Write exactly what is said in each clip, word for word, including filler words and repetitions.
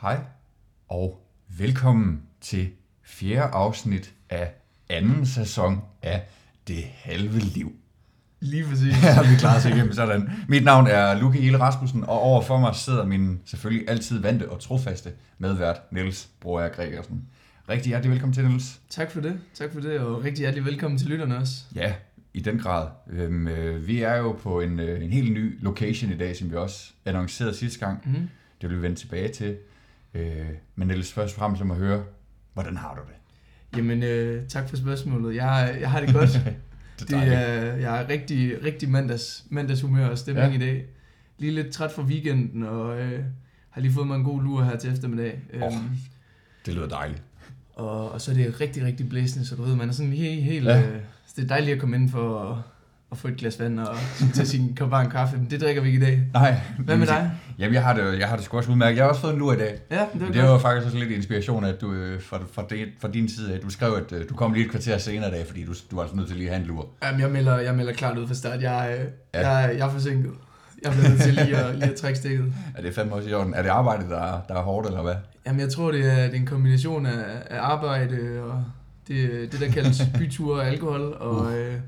Hej og velkommen til fjerde afsnit af anden sæson af Det Halve Liv. Lige præcis. Ja, vi klarer os igennem sådan. Mit navn er Luke Hele Rasmussen, og overfor mig sidder min selvfølgelig altid vante og trofaste medvært, Niels Broager Gregersen. Rigtig hjertelig velkommen til, Niels. Tak for det, tak for det, og rigtig hjertelig velkommen til lytterne også. Ja, i den grad. Øhm, øh, vi er jo på en, øh, en helt ny location i dag, som vi også annoncerede sidste gang. Mm-hmm. Det vil vi vende tilbage til. Øh, men Niels, først og fremmest må høre, hvordan har du det? Jamen, øh, tak for spørgsmålet. Jeg, jeg har det godt. det det er, jeg er rigtig, rigtig mandags, mandagshumør og stemning ja. i dag. Lige lidt træt fra weekenden, og øh, har lige fået mig en god lur her til eftermiddag. Oh, øhm, det lyder dejligt. Og, og så er det rigtig, rigtig blæsende, så du ved, man er sådan helt... helt ja. øh, det er dejligt at komme ind for at, at få et glas vand og tage sin kop varm kaffe, men det drikker vi ikke i dag. Nej. Hvad med dig? Jamen, jeg har det, jeg har det sgu også udmærket. Jeg har også fået en lur i dag. Ja, det, var det var faktisk også lidt inspiration, at du fra, fra, det, fra din side, at du skrev, at du kom lige et kvarter senere i dag, fordi du, du var altså nødt til lige at have en lur. Jamen, jeg melder, jeg melder klart ud fra start. Jeg, ja. jeg, jeg er forsinket. Jeg bliver nødt til lige at, lige at trække stikket. Er det fandme også i orden? Er det arbejde, der, der er hårdt, eller hvad? Jamen, jeg tror, det er, det er en kombination af, af arbejde og det, det der kaldes byture og alkohol, og, uh. øh,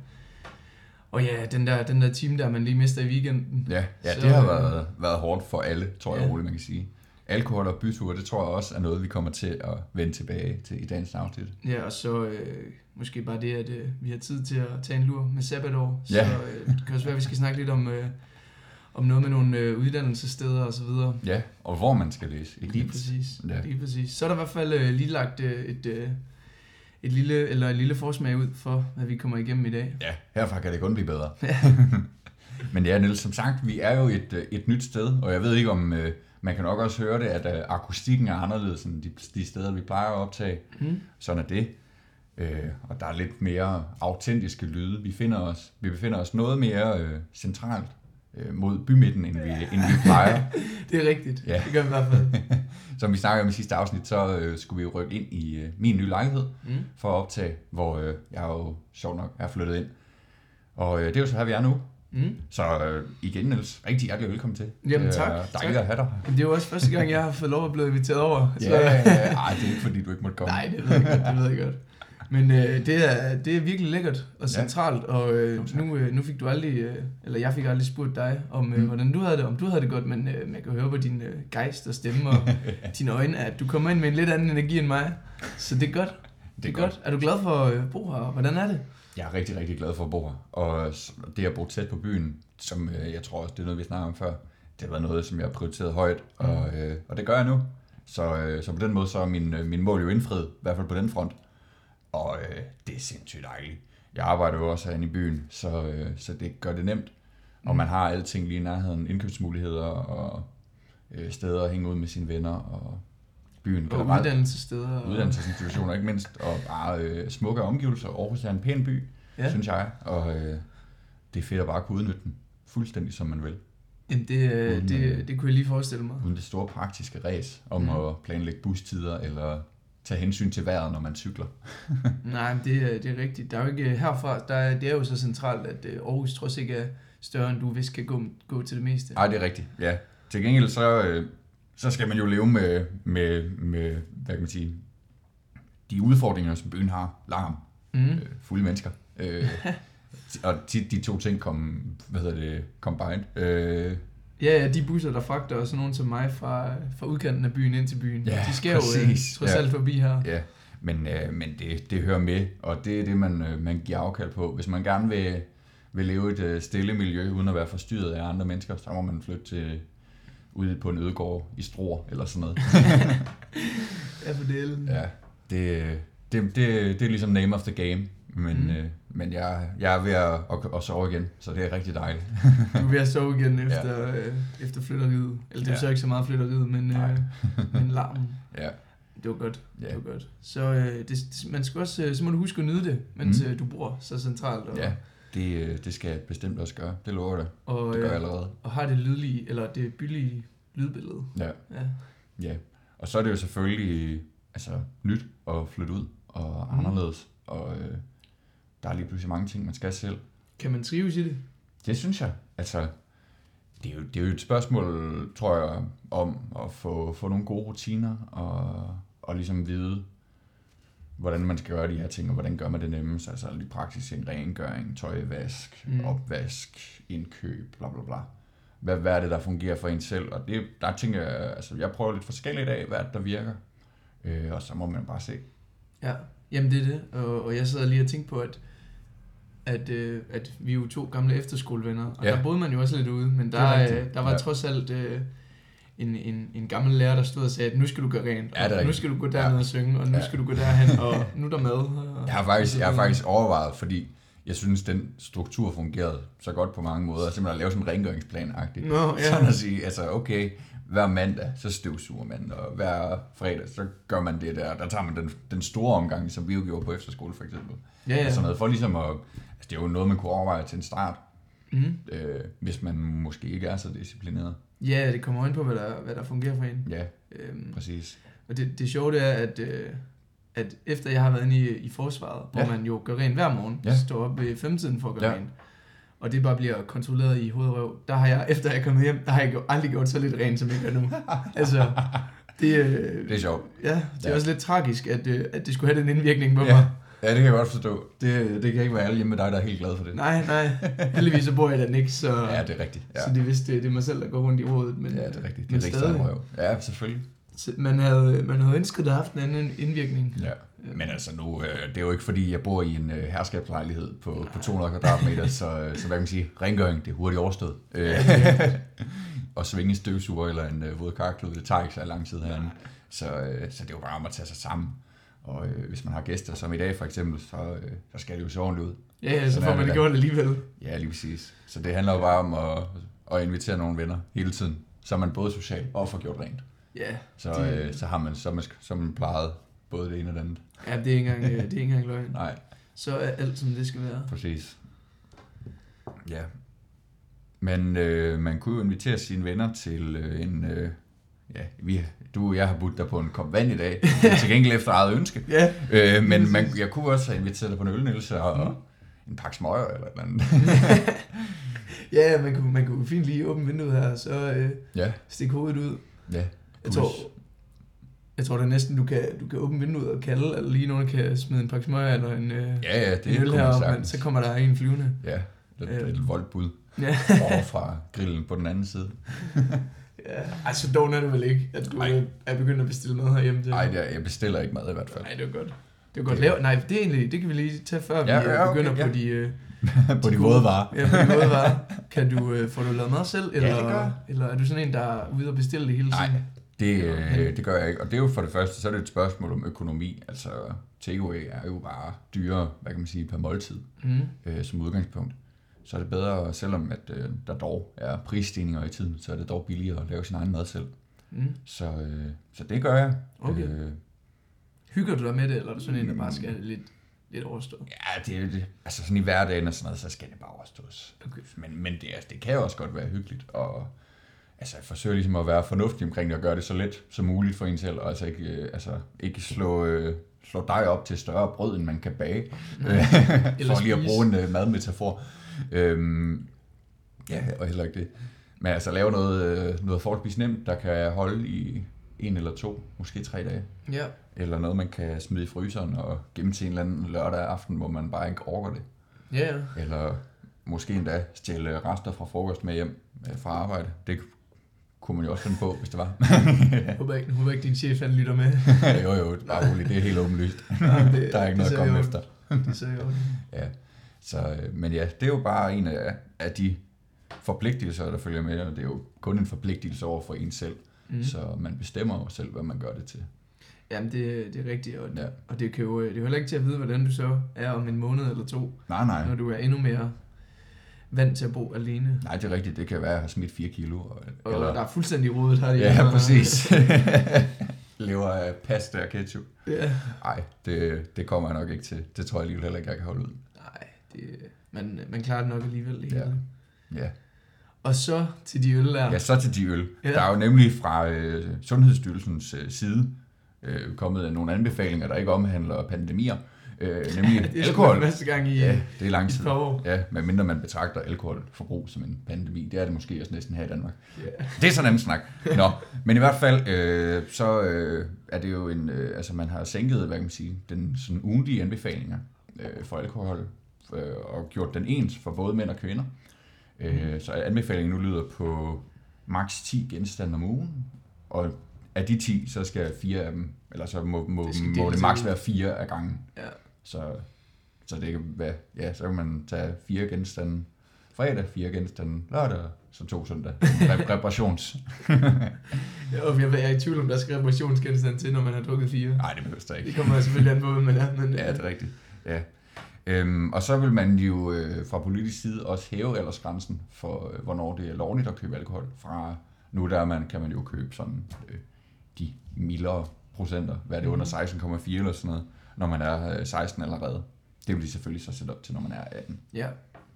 og ja, den der, den der time der, man lige mister i weekenden. Ja, ja det har været, været hårdt for alle, tror jeg ja. roligt, man kan sige. Alkohol og byture, det tror jeg også er noget, vi kommer til at vende tilbage til i dagens afsnit. Ja, og så øh, måske bare det, at øh, vi har tid til at tage en lur med sabbatår. Ja. Så øh, det kan også være, at vi skal snakke lidt om... Øh, om noget med nogle øh, uddannelsessteder og så videre. Ja, og hvor man skal læse. Lige præcis. Ja. Lige præcis. Så er der i hvert fald øh, lige lagt øh, et, øh, et lille eller et lille forsmag ud for, hvad vi kommer igennem i dag. Ja, herfra kan det kun blive bedre. Ja. Men ja, Niels, som sagt, vi er jo et, et nyt sted, og jeg ved ikke om, øh, man kan nok også høre det, at øh, akustikken er anderledes end de, de steder, vi plejer at optage. Mm. Sådan er det. Øh, og der er lidt mere autentiske lyde. Vi, finder os, vi befinder os noget mere øh, centralt mod bymidten, end vi, end vi plejer. Det er rigtigt. Ja. Det gør vi i hvert fald. Som vi snakkede om i sidste afsnit, så øh, skulle vi jo rykke ind i øh, min nye lejlighed mm. for at optage, hvor øh, jeg jo sjovt nok er flyttet ind. Og øh, det er jo så her, vi er nu. Mm. Så øh, igen, Niels, rigtig hjertelig velkommen til. Jamen tak. Det er dejligt tak. at have dig. Det er jo også første gang, jeg har fået lov at blive inviteret over. Så. Ja, ej, det er ikke fordi, du ikke måtte komme. Nej, det ved jeg godt, det ved jeg godt. Men øh, det, er, det er virkelig lækkert og centralt, ja. og øh, nu, øh, nu fik du aldrig, øh, eller jeg fik aldrig spurgt dig, om øh, mm. hvordan du havde det, om du havde det godt, men øh, jeg kan høre på din øh, gejst og stemme og dine øjne, at du kommer ind med en lidt anden energi end mig, så det er godt. Det er, det er godt. godt. Er du glad for at bo her? Hvordan er det? Jeg er rigtig, rigtig glad for at bo her, og det at bo tæt på byen, som øh, jeg tror også, det er noget, vi snakker om før, det har været noget, som jeg har prioriteret højt, mm. og, øh, og det gør jeg nu. Så, øh, så på den måde, så er min, øh, min mål jo indfriet, i hvert fald på den front. Og øh, det er sindssygt dejligt. Jeg arbejder jo også herinde i byen, så, øh, så det gør det nemt. Mm. Og man har alting lige i nærheden, indkøbsmuligheder og øh, steder at hænge ud med sine venner. Og byen og uddannelsessteder. Og uddannelsesinstitutioner ikke mindst. Og bare øh, smukke omgivelser. Aarhus er en pæn by, ja. synes jeg. Og øh, det er fedt at bare kunne udnytte den fuldstændig som man vil. Jamen det, øh, uden, det, det kunne jeg lige forestille mig. Uden det store praktiske ræs om mm. at planlægge bustider eller... tage hensyn til vejret, når man cykler. Nej, det, det er rigtigt. Der er jo ikke herfra, der er, det er jo så centralt, at Aarhus trods ikke er større, end du vist kan gå, gå til det meste. Nej, det er rigtigt, ja. Til gengæld så, så skal man jo leve med, med, med, hvad kan man sige, de udfordringer, som byen har. Larm, mm. øh, fulde mennesker. Øh, og tit de to ting kom, hvad hedder det, combined. Øh, Ja, ja, de busser, der fragter også nogen som mig fra, fra udkanten af byen ind til byen. Ja, de skal præcis. jo trods alt ja. forbi her. Ja, men, øh, men det, det hører med, og det er det, man, øh, man giver afkald på. Hvis man gerne vil, vil leve et øh, stille miljø, uden at være forstyrret af andre mennesker, så må man flytte til, ude på en ødegård i Struer, eller sådan noget. Ja, for delen. Ja, det, det, det, det er ligesom name of the game. Men, mm. øh, men jeg, jeg er ved at, at, at sove igen, så det er rigtig dejligt. Du er ved at sove igen efter, ja. øh, efter flytteriet. Eller det er ja. så ikke så meget flytteriet, men, øh, men larmen. Ja. Det var godt. Ja. Det var godt. Så, øh, det, man skal også, så må du huske at nyde det, mens mm. du bor så centralt. Og, ja, det, det skal jeg bestemt også gøre. Det lover det. Og, det gør jeg allerede. Og har det lydlige, eller det billige lydbillede. Ja. ja. Ja. Og så er det jo selvfølgelig altså, nyt at flytte ud og mm. anderledes. Og øh, der er lige pludselig mange ting, man skal selv. Kan man trives i det? Det synes jeg. Altså, det, er jo, det er jo et spørgsmål, tror jeg, om at få, få nogle gode rutiner, og, og ligesom vide, hvordan man skal gøre de her ting, og hvordan gør man det nemmest. Altså lige praktisk en rengøring, tøjvask, mm. opvask, indkøb, bla bla bla. Hvad, hvad er det, der fungerer for en selv? Og det, der tænker jeg, altså jeg prøver lidt forskelligt af, hvad der virker. Øh, og så må man bare se. Ja, jamen det er det. Og, og jeg sidder lige og tænker på, at, at, øh, at vi er jo to gamle efterskolevenner. Og ja. Der boede man jo også lidt ude, men der, øh, der var ja. trods alt øh, en, en, en gammel lærer, der stod og sagde, at nu skal du gøre rent, og ja, nu skal du gå derned ja. og synge, og nu ja. skal du gå derhen, og nu er der mad. Og, jeg har faktisk, jeg har faktisk overvejet, fordi jeg synes, den struktur fungerede så godt på mange måder, simpelthen at lave sådan en rengøringsplan-agtigt. Nå, ja. Sådan at sige, altså okay, hver mandag, så støvsuger man, og hver fredag, så gør man det der, der tager man den, den store omgang, som vi jo gjorde på efterskole for eksempel. Ja, ja. Sådan noget, for ligesom at, altså det er jo noget, man kunne overveje til en start, mm. øh, hvis man måske ikke er så disciplineret. Ja, det kommer ind på, hvad der, hvad der fungerer for en. Ja, øhm, præcis. Og det, det sjove er, at, øh, at efter jeg har været inde i, i forsvaret, ja. hvor man jo gør rent hver morgen, ja. står op ved femtiden for at gøre ja. rent, og det bare bliver kontrolleret i hovedrøv, der har jeg, efter jeg er kommet hjem, der har jeg aldrig gjort så lidt rent, som jeg gør nu. Altså, det, øh, det er sjovt. Ja, det er ja. også lidt tragisk, at, øh, at det skulle have den indvirkning på ja. mig. Ja, det kan jeg godt forstå. Det, det kan ikke være alle hjemme med dig, der er helt glad for det. Nej, nej. Heldigvis så bor jeg der ikke, så... Ja, det er rigtigt. Ja. Så det vidste, det er mig selv, der går rundt i rådet. Men, ja, det er rigtigt. Det er rigtig røv. Ja, selvfølgelig. Så man havde, man havde ønsket, at have haft en anden indvirkning. Ja, men altså nu, det er jo ikke fordi, jeg bor i en herskabslejlighed på, på to hundrede kvadratmeter, så, så hvad kan man sige, rengøring, det er hurtigt overstået. Ja, og svinge en støvsuger eller en våd karklud, det tager ikke så lang tid herinde. Så, så det er jo bare om at tage sig sammen. Og øh, hvis man har gæster, som i dag for eksempel, så, øh, så skal det jo så ordentligt ud. Ja, ja, så får man det gjort alligevel. Ja, lige præcis. Så det handler jo bare om at, at invitere nogle venner hele tiden, så man både social og får gjort rent. Ja. Så, øh, så har man så man, så man plejet både det ene og det andet. Ja, det er ikke engang, det er ikke engang løgn. Nej. Så er alt, som det skal være. Præcis. Ja. Men øh, man kunne jo invitere sine venner til øh, en... Øh, ja, vi, du og jeg har budt dig på en kop vand i dag, til gengæld efter eget ønske. Ja. Øh, men man, jeg kunne også have inviteret dig på en ølnelse og mm. en pakke smøger eller et eller andet. Ja, man kunne, man kunne fint lige åbne vinduet her, og så øh, ja. stikke hovedet ud. Ja. Jeg tror, jeg tror da næsten, du kan, du kan åbne vinduet og kalde, eller lige nogen kan smide en pakke smøger eller en, øh, ja, ja, det en øl her, men så kommer der en flyvende. Ja, lidt, øh. lidt voldbud ja. over fra grillen på den anden side. Ja, altså dog er det vel ikke, at du Ej. er begyndt at bestille mad herhjemme til. Nej, jeg bestiller ikke mad i hvert fald. Nej, det er godt. Det er godt lavet. Nej, det er egentlig, det kan vi lige tage før ja, vi ja, okay, begynder ja. på de øh, på de våde varer. Ja, på de våde varer. Kan du øh, får du lavet mad selv eller ja, det gør. Eller er du sådan en der er ude og bestille det hele tiden? Nej, det øh, det gør jeg ikke. Og det er jo for det første, så er det et spørgsmål om økonomi. Altså takeaway er jo bare dyrere, hvad kan man sige, per måltid mm. øh, som udgangspunkt. Så er det bedre, selvom at øh, der dog er prisstigninger i tiden, så er det dog billigere at lave sin egen mad selv. Mm. Så, øh, så det gør jeg. Okay. Øh, Hygger du dig med det, eller er du sådan en, der bare skal lidt, lidt overstå? Ja, det er det. Altså sådan i hverdagen og sådan noget, så skal det bare overstås. Okay. Men, men det, altså, det kan jo også godt være hyggeligt. Og altså, jeg forsøger ligesom at være fornuftig omkring det, og gøre det så let som muligt for en selv. Og altså ikke, øh, altså, ikke slå, øh, slå dig op til større brød, end man kan bage. For lige at bruge en øh, madmetafor. Øhm, ja, og heller ikke det. Men altså lave noget, noget forholdsvis nemt, der kan holde i en eller to, måske tre dage. Ja. Eller noget, man kan smide i fryseren og gemme til en eller anden lørdag aften, hvor man bare ikke orker det. Ja. Eller måske endda stjæle rester fra frokost med hjem fra arbejde. Det kunne man jo også finde på, hvis det var. Jeg håber ikke, håber ikke din chef han lytter med. jo jo, bare roligt, det er helt åbenlyst. Der er ikke noget at komme efter. Det ser jeg jo. Ja. Så, men ja, det er jo bare en af, af de forpligtelser, der følger med, og det er jo kun en forpligtelse over for en selv, mm. så man bestemmer jo selv, hvad man gør det til. Jamen, det, det er rigtigt, og, ja. og det, kan jo, det er jo heller ikke til at vide, hvordan du så er om en måned eller to, nej, nej. når du er endnu mere vant til at bo alene. Nej, det er rigtigt, det kan være, at jeg har smidt fire kilo. Og, og eller... der er fuldstændig rodet her. Ja, her. Præcis. Lever af pasta og ketchup. Ja. Nej, det, det kommer jeg nok ikke til. Det tror jeg alligevel heller ikke, jeg kan holde ud. Nej, det, man, man klarer det nok alligevel. Det ja. Ja. Og så til de øl der. Ja, så til de øl. Ja. Der er jo nemlig fra øh, Sundhedsstyrelsens øh, side øh, kommet nogle anbefalinger, der ikke omhandler pandemier, Øh, nemlig det er alkohol. første gang i ja, det er lang tid. et par år. Ja, medmindre man betragter alkoholforbrug som en pandemi. Det er det måske også næsten her i Danmark. Yeah. Det er sådan en anden snak. Nå, men i hvert fald, øh, så øh, er det jo en, øh, altså man har sænket, hvad kan man sige, den sådan ugentlige anbefalinger øh, for alkohol, øh, og gjort den ens for både mænd og kvinder. Mm. Øh, så anbefalingen nu lyder på maks ti genstande om ugen, og af de ti, så skal fire af dem, eller så må, må det, må det maks være fire af gangen. Ja. Så, så det kan være, ja, så kan man tage fire genstande fredag, fire genstande lørdag, så to søndag. Rep- reparations. Ja, og jeg er i tvivl om, der skal reparationsgenstande til, når man har drukket fire. Nej, det behøver der ikke. Det kommer selvfølgelig an på, hvad man er. Men, ja, det er rigtigt. Ja. Øhm, og så vil man jo øh, fra politisk side også hæve aldersgrænsen for, øh, hvornår det er lovligt at købe alkohol. Fra nu der man, kan man jo købe sådan øh, de mildere procenter, hvad er det, under seksten komma fire eller sådan noget, når man er øh, seksten allerede. Det vil de selvfølgelig så sætte op til, når man er atten. Ja.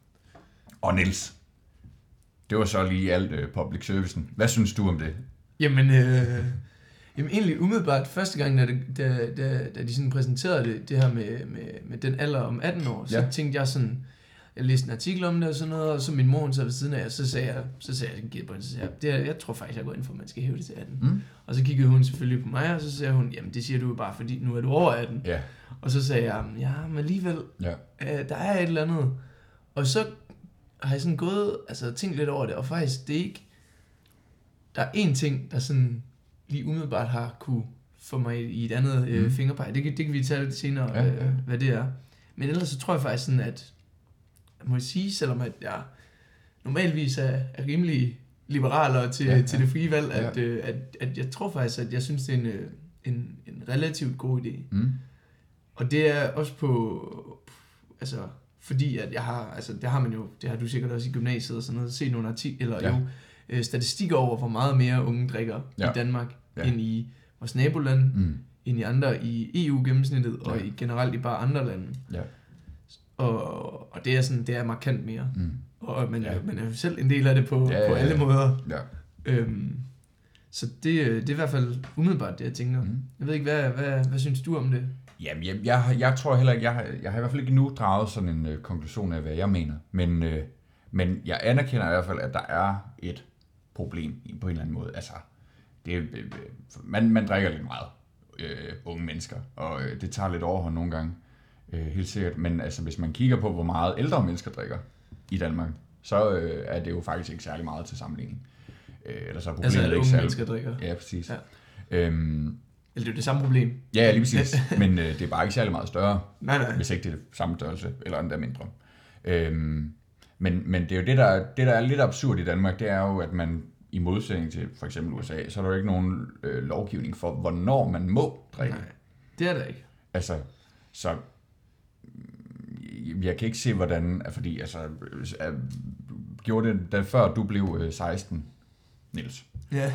Og Niels, det var så lige alt øh, public servicen. Hvad synes du om det? Jamen, øh, jamen egentlig umiddelbart første gang, da, det, da, da, da de sådan præsenterede det, det her med, med, med den alder om atten år, så ja. tænkte jeg sådan, jeg læste en artikel om det og sådan noget, og så min mor sad ved siden af, og så sagde jeg, så sagde jeg, jeg, så sagde jeg, det er, jeg tror faktisk, jeg går ind for, at man skal hæve det til atten. Mm. Og så kiggede hun selvfølgelig på mig, og så sagde hun, jamen det siger du jo bare, fordi nu er du over atten. Ja. Og så sagde jeg, ja, men alligevel, ja. øh, der er et eller andet. Og så har jeg sådan gået, altså tænkt lidt over det, og faktisk, det er ikke, der er én ting, der sådan lige umiddelbart har kunne få mig i et andet mm. øh, fingerpege. Det, det kan vi tage lidt senere, ja, ja. Øh, hvad det er. Men ellers så tror jeg faktisk sådan, at må jeg sige, selvom at jeg normalvis er, er rimelig liberalere til, ja, ja. til det frie valg, at, ja. øh, at, at jeg tror faktisk, at jeg synes, det er en, en, en relativt god idé. Mm. Og det er også på, altså, fordi at jeg har, altså det har man jo, det har du sikkert også i gymnasiet og sådan noget, set nogle artikler, eller ja. jo øh, statistikker over, hvor meget mere unge drikker ja. i Danmark, ja. end i vores nabolande, mm. end i andre i E U-gennemsnittet, ja. og i, generelt i bare andre lande. Ja. Og, og det er sådan, det er markant mere. Mm. Og man, ja. er, man er jo selv en del af det på, ja, ja, på alle ja. måder. Ja. Øhm, så det, det er i hvert fald umiddelbart det, jeg tænker. Mm. Jeg ved ikke, hvad, hvad, hvad synes du om det? Jamen, jeg, jeg, jeg tror heller ikke, jeg har, jeg har i hvert fald ikke nu draget sådan en øh, konklusion af, hvad jeg mener. Men, øh, men jeg anerkender i hvert fald, at der er et problem på en eller anden måde. Altså, det, øh, man, man drikker lidt meget, øh, unge mennesker, og øh, det tager lidt overhånd nogle gange. Øh, helt sikkert, men altså, hvis man kigger på, hvor meget ældre mennesker drikker i Danmark, så øh, er det jo faktisk ikke særlig meget til sammenligning. Øh, eller så er altså, at unge mennesker drikker? Ja, præcis. Ja. Øhm, eller det er jo det samme problem. Ja, lige præcis. Men øh, det er bare ikke særlig meget større, nej, nej. hvis ikke det er det samme størrelse, eller endda mindre. Øhm, men, men det er jo det der, det, der er lidt absurd i Danmark, det er jo, at man i modsætning til for eksempel U S A, så er der jo ikke nogen øh, lovgivning for, hvornår man må drikke. Nej, det er der ikke. Altså, så jeg kan ikke se, hvordan, fordi altså, gjorde det da før du blev seksten, Niels? Ja.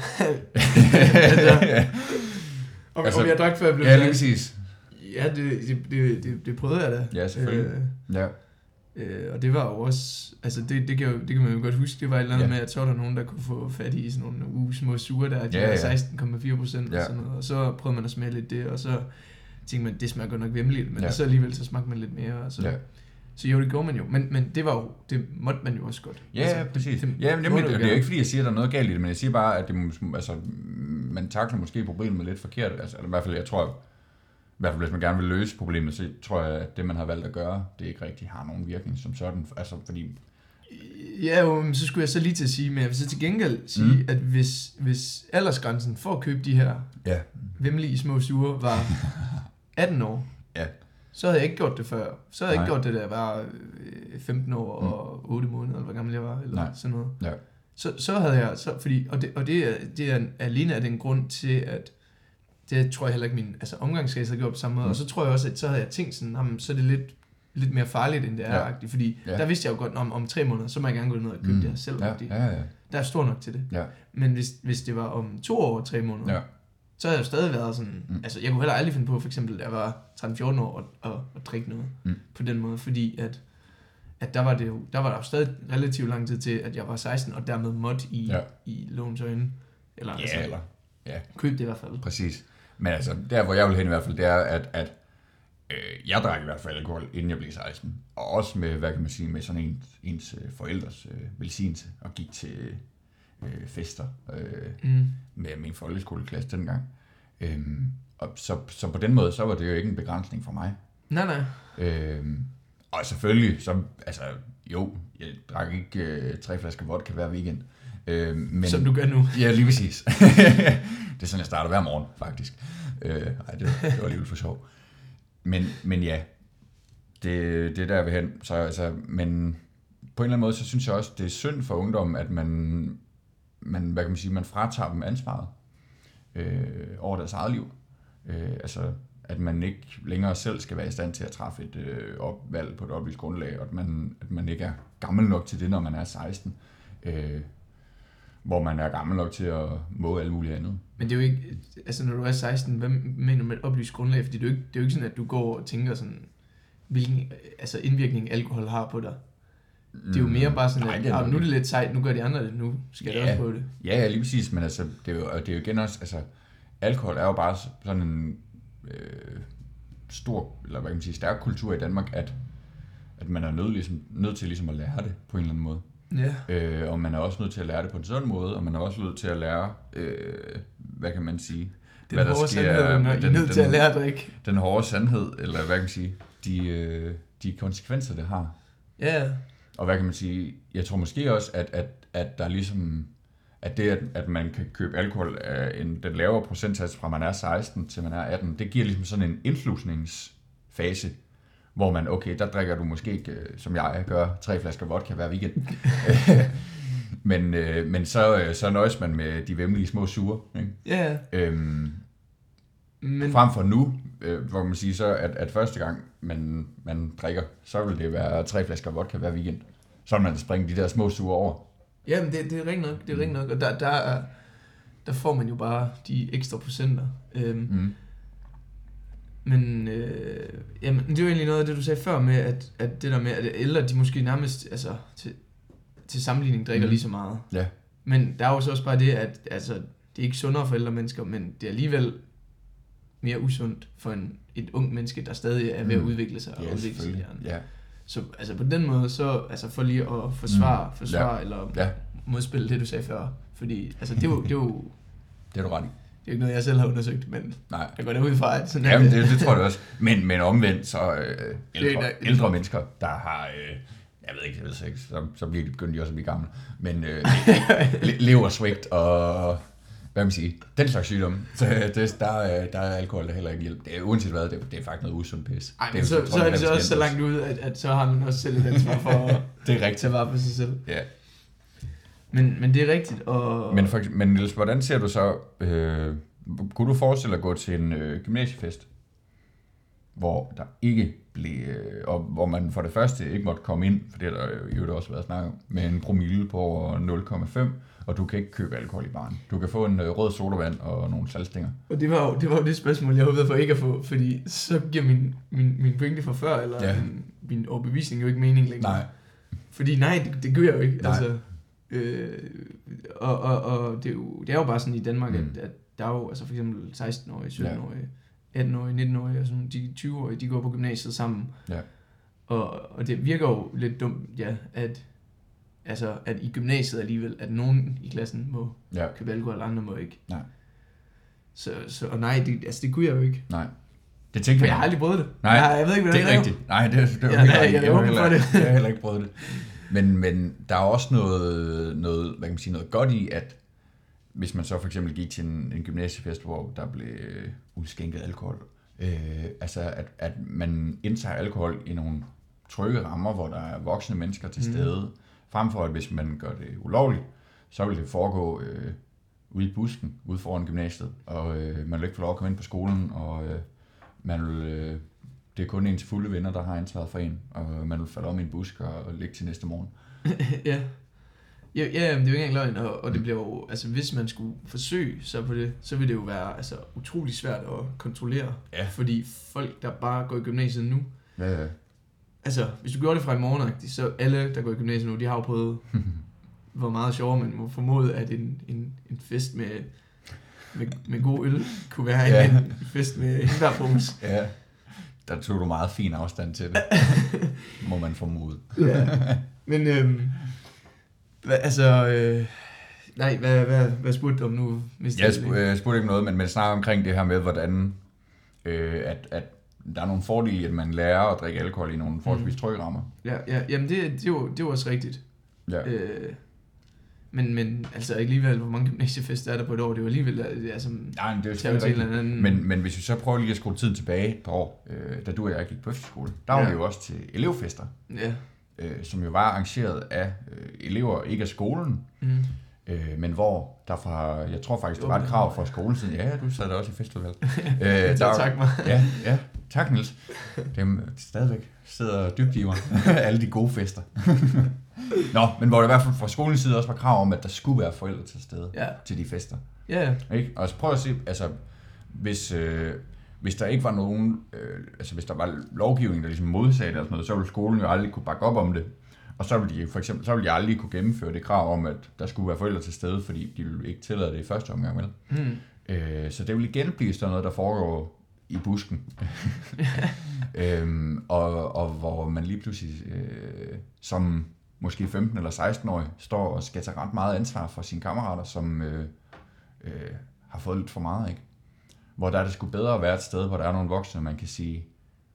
altså, og, altså, og jeg drak før jeg blev ja, lige præcis. Ja, det, det, det, det prøvede jeg da. Ja, selvfølgelig. Øh, ja. Øh, og det var jo også, altså det, det, kan jo, det kan man jo godt huske, det var et eller andet ja. med, at så var der nogen, der kunne få fat i sådan nogle uge små sure der, de ja, var seksten komma fire procent ja. og sådan noget, og så prøvede man at smage lidt det, og så tænkte man, det smager godt nok vemmeligt, men ja. så alligevel så smagte man lidt mere, og så, ja. så jo, det gjorde man jo, men, men det var jo, det måtte man jo også godt. Ja, altså, præcis. Det, ja, men nemlig, det, det er jo ikke fordi, jeg siger, at der er noget galt i det, men jeg siger bare, at det, altså, man takler måske problemet lidt forkert, altså, eller i hvert fald, jeg tror, i hvert fald hvis man gerne vil løse problemet, så tror jeg, at det man har valgt at gøre, det ikke rigtig har nogen virkning som sådan, altså fordi... Ja, jo, så skulle jeg så lige til at sige, men jeg vil så til gengæld sige, mm. at hvis, hvis aldersgrænsen for at købe de her ja. vemmelige små sure var atten år, ja. så havde jeg ikke gjort det før. Så havde jeg ikke gjort det, da jeg var femten år og mm. otte måneder, eller hvor gammel jeg var, eller Nej. sådan noget. Ja. Så, så havde jeg, så, fordi, og, det, og det, er, det er alene af den grund til, at det tror jeg heller ikke min altså, omgangskreds har gjort på samme måde, mm. og så tror jeg også, at så havde jeg tænkt sådan, jamen, så er det lidt, lidt mere farligt, end det er, ja. fordi ja. der vidste jeg jo godt, om, om tre måneder, så må jeg gerne gå ned og købe mm. det her selv. Ja. Ja, ja. Der er stor nok til det. Ja. Men hvis, hvis det var om to år og tre måneder, ja. så havde jeg jo stadig været sådan, mm. altså jeg kunne heller aldrig finde på, for eksempel, da jeg var tretten fjorten år, og, og, og drikke noget mm. på den måde, fordi at, at der var det jo, der var der jo stadig relativt lang tid til, at jeg var seksten, og dermed måtte i, ja. i lovens øjne, eller, ja, altså, eller ja. køb det i hvert fald. Præcis. Men altså, der hvor jeg vil hen i hvert fald, det er, at, at Øh, jeg drak i hvert fald alkohol, inden jeg blev seksten. Og også med, hvad kan man sige, med sådan ens, ens forældres øh, velsignelse, og gik til øh, fester øh, mm. med min folkeskoleklasse dengang. Øhm, og så, så på den måde, så var det jo ikke en begrænsning for mig. Nej, nej. Øhm, og selvfølgelig, så, altså, jo, jeg drak ikke øh, tre flasker vodka hver weekend. Øh, men, som du gør nu. Ja, lige præcis. Det er sådan, jeg starter hver morgen, faktisk. Øh, ej, det, det var alligevel for sjov. Men, men ja, det, det er der, jeg vil hen. Så, altså, men på en eller anden måde, så synes jeg også, det er synd for ungdommen, at man, man, hvad kan man sige, man fratager dem ansvaret øh, over deres eget liv. Øh, altså, at man ikke længere selv skal være i stand til at træffe et øh, opvalg på et oplyst grundlag, og at man, at man ikke er gammel nok til det, når man er seksten. Øh, hvor man er gammel nok til at må alt muligt andet. Men det er jo ikke, altså når du er seksten, hvad mener du med et oplyst grundlag? Fordi det er jo ikke, det er jo ikke sådan, at du går og tænker sådan, hvilken altså indvirkning alkohol har på dig. Det er jo mere bare sådan, at Nej, nu er det lidt sejt, nu gør de andre det, nu skal ja, jeg også prøve det. Ja, ja, lige præcis, men altså, det er jo, det er jo igen også, altså, alkohol er jo bare sådan en øh, stor, eller hvad kan man sige, stærk kultur i Danmark, at, at man er nødt, ligesom, nødt til ligesom at lære det på en eller anden måde. Ja. Øh, og man er også nødt til at lære det på en sådan måde, og man er også nødt til at lære, øh, hvad kan man sige, den hvad der sker. Sandhed, når den, I er nødt til at lære at drikke. Den hårde sandhed, eller hvad kan man sige, de, øh, de konsekvenser, det har. Ja. Og hvad kan man sige, jeg tror måske også, at, at, at der er ligesom, at det, at, at man kan købe alkohol af en, den lavere procentsats fra man er seksten til man er atten, det giver ligesom sådan en indslusningsfase, hvor man, okay, der drikker du måske ikke, som jeg gør, tre flasker vodka hver weekend. men men så, så nøjes man med de væmmelige små sure. Ikke? Yeah. Øhm, men... Frem for nu, øh, hvor man siger så, at, at første gang man, man drikker, så vil det være tre flasker vodka hver weekend. Så vil man springe de der små sure over. Jamen, det, det er rigtig nok, det er rigtig nok. Og der, der, er, der får man jo bare de ekstra procenter. Øhm, mm. Men øh, jamen, det er jo egentlig noget af det, du sagde før med, at, at det der med, at ældre, de måske nærmest altså, til, til sammenligning drikker mm. lige så meget. Ja. Men der er jo så også bare det, at altså, det er ikke sundere for ældre mennesker, men det er alligevel mere usundt for en, et ung menneske, der stadig er ved at udvikle sig og yes, udvikle sig i hjernen. Ja. Så altså, på den måde, så altså, for lige at forsvare, mm. forsvare ja. eller ja. modspille det, du sagde før. Fordi altså, det er jo... Det er, jo, det er du ret i. Det er ikke noget, jeg selv har undersøgt, men nej. Jeg går derud fra, at sådan Jamen, det, det tror jeg også. Men, men omvendt, så øh, ældre, ældre mennesker, der har, øh, jeg ved ikke, jeg ved ikke, så, så bliver de begyndt de også at blive gamle, men øh, leversvigt og, hvad man siger, den slags sygdomme, så det, der, der er alkohol der heller ikke hjælp. Det er uanset hvad, det, det er faktisk noget usundt pis. Ej, men så, så, så er det så også så langt ud, at, at så har man også selv et ansvar for det er rigtigt. At tage vare på sig selv. Ja. Men, men det er rigtigt. Og... Men, for, men Niels, hvordan ser du så, øh, kunne du forestille dig at gå til en øh, gymnasiefest, hvor der ikke blev, øh, og hvor man for det første ikke måtte komme ind, for det har der jo også været snak om, med en promille på nul komma fem, og du kan ikke købe alkohol i baren. Du kan få en øh, rød sodavand og nogle saltstænger. Og det var jo det, var jo det spørgsmål, jeg håbede for ikke at få, fordi så giver min, min, min pointe fra før, eller ja. min, min overbevisning jo ikke mening længere. Nej. Fordi nej, det, det gør jeg jo ikke. Nej. Altså, Øh, og, og, og det, er jo, det er jo bare sådan i Danmark, mm. at, at der er jo altså for eksempel seksten-årige, sytten-årige, atten-årige, nitten-årige og sådan, de tyve-årige, de går på gymnasiet sammen. Ja. Og, og det virker jo lidt dumt, ja, at, altså, at i gymnasiet alligevel, at nogen i klassen må ja. købe alkohol, og andre må ikke. Nej. Så, så, og nej, det, altså det kunne jeg jo ikke. Nej. Det tænkte jeg. Jeg har aldrig prøvet det. Nej, jeg, jeg ved ikke, hvordan det er. Det er rigtigt. Nej, det, det, det ja, nej, jeg, jeg, jeg, heller, det. jeg har heller ikke prøvet det. Men, men der er også noget, noget, hvad kan man sige, noget godt i, at hvis man så for eksempel gik til en, en gymnasiefest, hvor der blev udskænket alkohol, øh, altså at, at man indtager alkohol i nogle trygge rammer, hvor der er voksne mennesker til stede, mm. frem for at hvis man gør det ulovligt, så vil det foregå øh, ude i busken, ude foran gymnasiet, og øh, man vil ikke få lov at komme ind på skolen, og øh, man vil... Øh, det er kun ens fulde venner, der har ansvaret for en, og man vil falde om i en busk og ligge til næste morgen. ja. Ja, ja, det er jo ikke engang løgn, og, og det bliver jo, altså hvis man skulle forsøge så på det, så vil det jo være altså utrolig svært at kontrollere, ja. Fordi folk, der bare går i gymnasiet nu, ja, ja. Altså, hvis du gjorde det fra i morgen, så alle, der går i gymnasiet nu, de har jo prøvet, hvor meget sjovere man må formode, at en, en, en fest med, med, med god øl kunne være ja. en, en fest med hindbærbrus. Ja. Der tog du meget fin afstand til det, må man formode. Ja, men øhm, hva, altså, øh, nej, hvad, hvad, hvad spurgte du om nu? Jeg spurgte, jeg spurgte ikke noget, men, men snakker omkring det her med, hvordan øh, at, at der er nogle fordele i, at man lærer at drikke alkohol i nogle forholdsvis trygge rammer. Ja, ja, jamen det, det, er jo, det er jo også rigtigt. Ja. Øh, men, men altså alligevel, hvor mange gymnasiefester er der på et år? Det er jo alligevel, altså, Nej, det er jo selvfølgelig rigtigt. Men, men hvis vi så prøver lige at skrue tiden tilbage et par år, øh, da du og jeg gik på efterskole, der var ja. vi jo også til elevfester, ja. øh, som jo var arrangeret af øh, elever, ikke af skolen, mm. øh, men hvor der fra, jeg tror faktisk, det var et krav fra skolen siden, ja, du sad der også i festival. øh, der, tak mig. Ja, ja, tak Niels. Dem stadigvæk sidder dybt i mig, alle de gode fester. Nå, men hvor det i hvert fald fra skolens side også var krav om, at der skulle være forældre til stede ja. til de fester. Ja. Ikke? Og så prøv at se, altså, hvis, øh, hvis der ikke var nogen, øh, altså hvis der var lovgivning, der ligesom modsagde det og sådan noget, så ville skolen jo aldrig kunne bakke op om det. Og så ville de for eksempel, så ville de aldrig kunne gennemføre det krav om, at der skulle være forældre til stede, fordi de ville ikke tillade det i første omgang, vel? Mm. Øh, så det vil igen blive sådan noget, der foregår i busken. øhm, og, og hvor man lige pludselig øh, som måske femten eller seksten-årig står og skal tage ret meget ansvar for sine kammerater, som øh, øh, har fået lidt for meget, ikke? Hvor der er det sgu bedre at være et sted, hvor der er nogle voksne, man kan sige,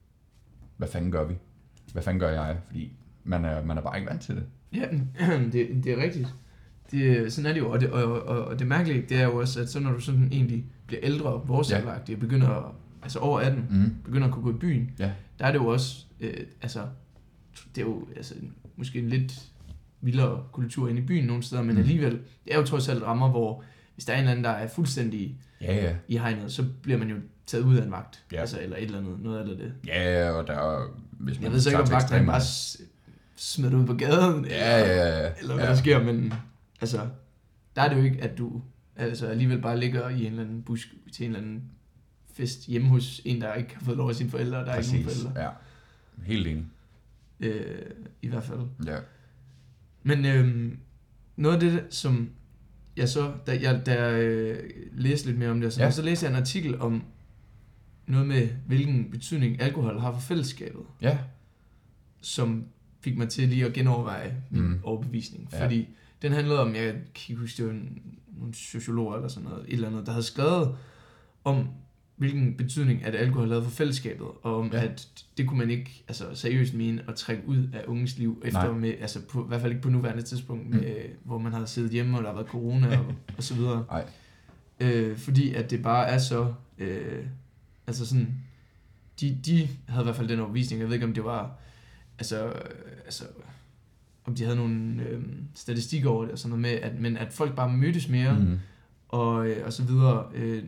hvad fanden gør vi? Hvad fanden gør jeg? Fordi man er, man er bare ikke vant til det. Ja, det, det er rigtigt. Det, sådan er det jo, og det, og, og, og det mærkelige, det er jo også, at så når du sådan egentlig bliver ældre, vores ja. alderagtige, og begynder at, altså over atten, mm. begynder at kunne gå i byen, ja. der er det jo også, øh, altså, det er jo altså, måske en lidt vildere kultur inde i byen nogle steder, men mm. alligevel, det er jo trods alt rammer, hvor hvis der er en eller anden, der er fuldstændig ja, ja. i hegnet, så bliver man jo taget ud af en vagt, ja. altså, eller et eller andet, noget af det. Ja, og der er, hvis man jeg ved så ikke, om vagten bare smider det ud på gaden, ja, eller, ja, ja. eller hvad ja. der sker, men altså, der er det jo ikke, at du altså alligevel bare ligger i en eller anden busk til en eller anden fest hjemme hos en, der ikke har fået lov af sine forældre, der Præcis. er ikke nogen forældre. Ja, helt enig. Øh, I hvert fald. Ja. Men øh, noget af det, som jeg så, da jeg, da jeg øh, læste lidt mere om det, så, ja. så læste jeg en artikel om noget med, hvilken betydning alkohol har for fællesskabet. Ja. Som fik mig til lige at genoverveje min mm. overbevisning. Ja. Fordi den handlede om, jeg kan ikke huske, det var nogle sociologer eller sådan noget, et eller andet, der havde skrevet om, hvilken betydning at alkohol havde for fællesskabet, og om ja. at det kunne man ikke altså, seriøst mene at trække ud af unges liv, efter med, altså på, i hvert fald ikke på nuværende tidspunkt, med, mm. hvor man havde siddet hjemme, og der har været corona, og, og så videre. Øh, fordi at det bare er så, øh, altså sådan, de, de havde i hvert fald den overbevisning, jeg ved ikke om det var, altså, øh, altså om de havde nogle øh, statistikker over det, og sådan noget med, at, men at folk bare mødtes mere, mm. og, øh, og så videre, øh,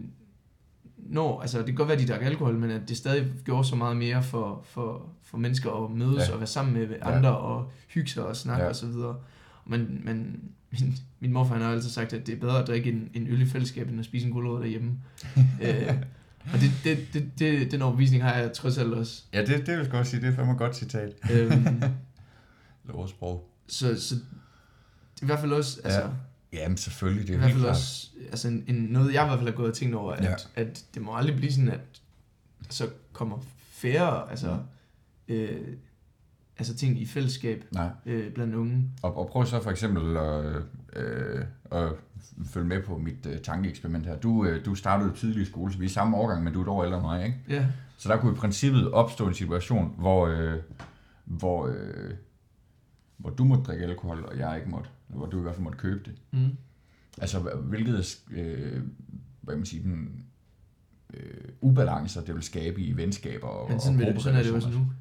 Når, altså det kan godt være, at de drak alkohol, men at det stadig gjorde så meget mere for, for, for mennesker at mødes ja. og være sammen med andre ja. og hygge sig og snakke ja. og så videre. Men, men min, min morfar han har altid sagt, at det er bedre at drikke en, en øl i fællesskab, end at spise en gulerod derhjemme. øh, og det, det, det, det, den overbevisning har jeg trods alt også. Ja, det, det vil jeg godt sige. Det er fandme godt citat. øhm, Eller ordsprog. Så, så det er i hvert fald også... Altså, ja. Jamen selvfølgelig, det er i helt hvert fald klart. også, altså en, en, noget jeg i hvert fald har gået og tænkt over, at, ja. at det må aldrig blive sådan, at så kommer færre altså, ja. øh, altså ting i fællesskab øh, blandt unge. Og, og prøv så for eksempel at, øh, at følge med på mit øh, tankeeksperiment her. Du, øh, du startede tidlig i skole, så vi er samme årgang, men du er et år ældre end mig, ikke? Ja. Så der kunne i princippet opstå en situation, hvor, øh, hvor, øh, hvor du måtte drikke alkohol, og jeg ikke måtte. Hvor du i hvert fald måtte købe det. Mm. Altså, hvilket øh, hvad man sige, den, øh, ubalancer det vil skabe i venskaber og men sådan, og sådan er det også nu.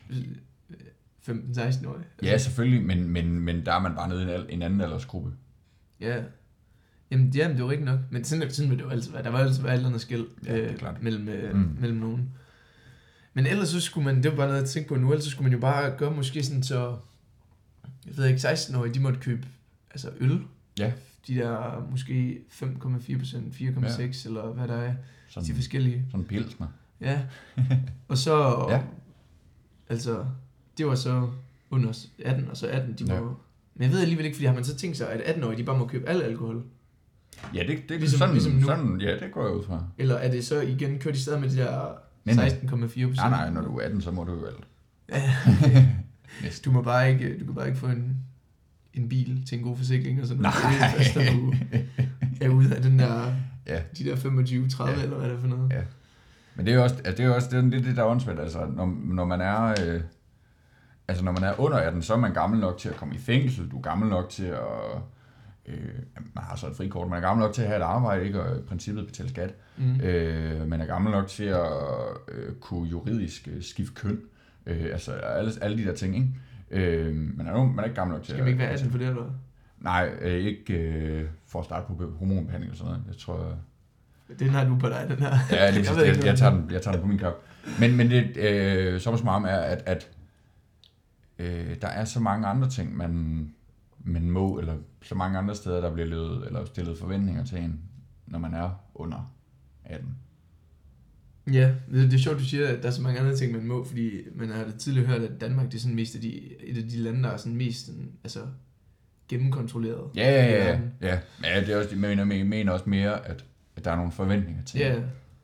femten seksten år. Ja, selvfølgelig, men, men, men der er man bare nede i en, en anden aldersgruppe. Ja. Jamen, ja, det er jo rigtigt nok. Men sådan, sådan vil det jo altid være. Der var altid være aldrende skæld ja, øh, mellem, øh, mm. mellem nogen. Men ellers så skulle man, det var bare noget at tænke på nu, ellers så skulle man jo bare gøre måske sådan så, jeg ved ikke, seksten-årige, de måtte købe altså øl. Ja. De der måske fem komma fire procent, fire komma seks ja. eller hvad der er. Sådan, de forskellige. Sådan pilsner. Ja. Og så, ja. altså, det var så under atten, og så atten, de må, ja. men jeg ved alligevel ikke, fordi har man så tænkt sig, at atten-årige, de bare må købe al alkohol? Ja, det, det ligesom, sådan, ligesom nu. sådan, ja, det går jeg ud fra. Eller er det så igen, kører de stadig med det der seksten komma fire procent. Nej, nej, når du er atten, så må du jo alt. Ja. Du må bare ikke, du kan bare ikke få en, en bil til en god forsikring og sådan noget. Nej. Det er først, når du er ude af den der, ja. de der femogtyve tredive, Ja. eller hvad er det for noget. Ja. Men det er jo også, altså, det er jo også det, det, det der er åndssvagt, altså, når, når man er, øh, altså når man er under atten, så er man gammel nok til at komme i fængsel, du er gammel nok til at, øh, man har så et frikort, man er gammel nok til at have et arbejde, ikke, og i princippet betale skat, mm. øh, man er gammel nok til at øh, kunne juridisk øh, skifte køn, øh, altså alle, alle de der ting, ikke? Øh, man, er jo, man er ikke gammel nok til at... Skal man ikke være atten for det, eller? Nej, øh, ikke øh, for at starte på hormonbehandling eller sådan noget, jeg tror... Den har du på dig, den her. Ja, lige jeg, jeg, jeg, jeg, tager den, jeg tager den på min kap. Men, men det, øh, så som er, at, at øh, der er så mange andre ting, man, man må, eller så mange andre steder, der bliver levet, eller stillet forventninger til en, når man er under atten. Ja, det, det er sjovt, du siger, at der er så mange andre ting, man må, fordi man har det tidligere hørt, at Danmark det er sådan mest af de, et af de lande, der er sådan mest sådan, altså, gennemkontrolleret. Ja, ja, ja. ja. ja. ja det er også, jeg mener, jeg mener også mere, at at der er nogle forventninger til. Ja.